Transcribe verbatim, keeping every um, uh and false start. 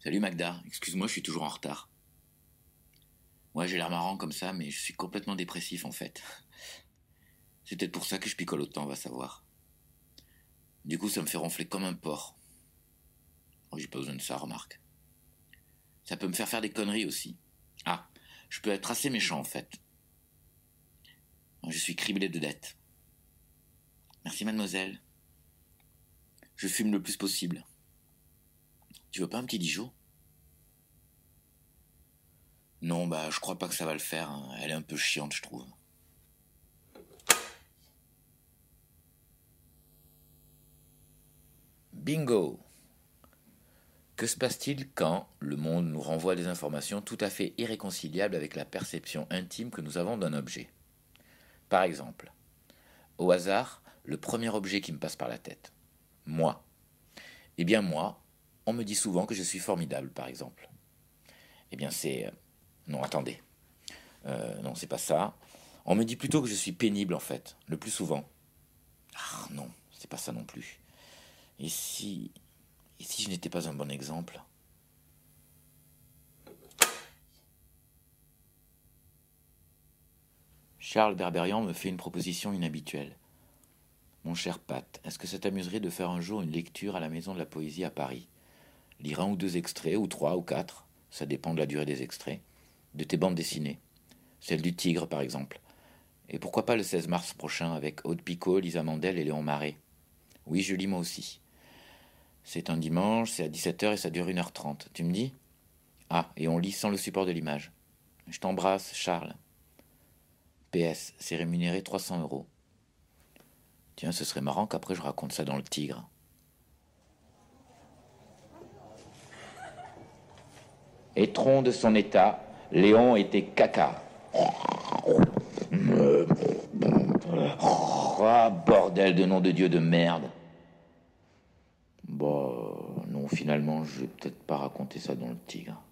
Salut Magda, excuse-moi, je suis toujours en retard. Ouais, j'ai l'air marrant comme ça, mais je suis complètement dépressif en fait. C'est peut-être pour ça que je picole autant, va savoir. Du coup, ça me fait ronfler comme un porc. Oh, j'ai pas besoin de ça, remarque. Ça peut me faire faire des conneries aussi. Ah, je peux être assez méchant en fait. Je suis criblé de dettes. Merci mademoiselle. Je fume le plus possible. Tu veux pas un petit Dijon? Non, bah je crois pas que ça va le faire, hein. Elle est un peu chiante, je trouve. Bingo! Que se passe-t-il quand le monde nous renvoie des informations tout à fait irréconciliables avec la perception intime que nous avons d'un objet? Par exemple, au hasard, le premier objet qui me passe par la tête. Moi. Eh bien moi, on me dit souvent que je suis formidable, par exemple. Eh bien c'est... euh, Non, attendez. Euh, non, c'est pas ça. On me dit plutôt que je suis pénible, en fait, le plus souvent. Ah non, c'est pas ça non plus. Et si... Et si je n'étais pas un bon exemple? Charles Berberian me fait une proposition inhabituelle. Mon cher Pat, est-ce que ça t'amuserait de faire un jour une lecture à la Maison de la Poésie à Paris? Lire un ou deux extraits, ou trois, ou quatre, ça dépend de la durée des extraits, de tes bandes dessinées. Celle du Tigre, par exemple. Et pourquoi pas le seize mars prochain avec Aude Picot, Lisa Mandel et Léon Marais? Oui, je lis moi aussi. C'est un dimanche, c'est à dix-sept heures et ça dure une heure trente. Tu me dis? Ah, et on lit sans le support de l'image. Je t'embrasse, Charles. P S, c'est rémunéré trois cents euros. Tiens, ce serait marrant qu'après je raconte ça dans le Tigre. Étron de son état, Léon était caca. Ah, bordel de nom de Dieu de merde. Bah, non, finalement, je vais peut-être pas raconter ça dans le Tigre.